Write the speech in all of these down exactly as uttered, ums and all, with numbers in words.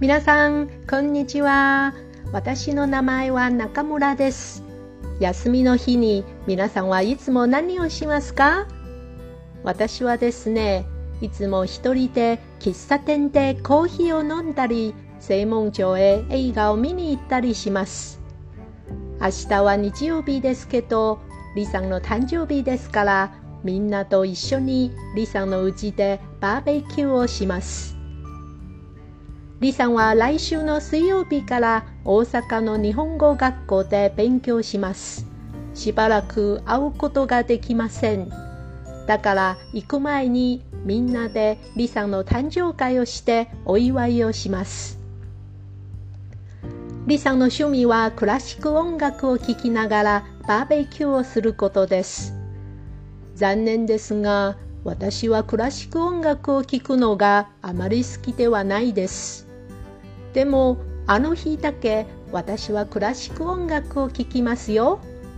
皆さん、こんにちは。私の名前は中村です。休みの日に皆さんはいつも何をしますか？私はですね、いつも一人で喫茶店でコーヒーを飲んだり、正門町へ映画を見に行ったりします。明日は日曜日ですけど、リさんの誕生日ですから、みんなと一緒にリさんの家でバーベキューをします。リさんは来週の水曜日から大阪の日本語学校で勉強します。しばらく会うことができません。だから行く前にみんなでリさんの誕生会をしてお祝いをします。リさんの趣味はクラシック音楽を聴きながらバーベキューをすることです。残念ですが、私はクラシック音楽を聴くのがあまり好きではないです。でも、あの日だけ私はクラシック音楽を聴きますよ。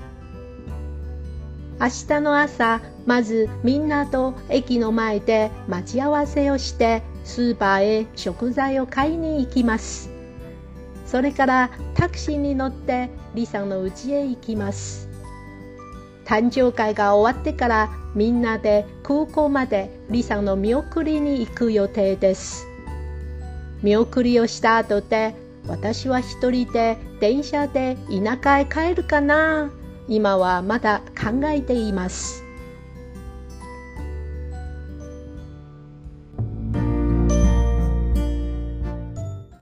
明日の朝、まずみんなと駅の前で待ち合わせをしてスーパーへ食材を買いに行きます。それからタクシーに乗ってリさんの家へ行きます。誕生会が終わってからみんなで空港までリさんの見送りに行く予定です。見送りをした後で私は一人で電車で田舎へ帰るかな。今はまだ考えています。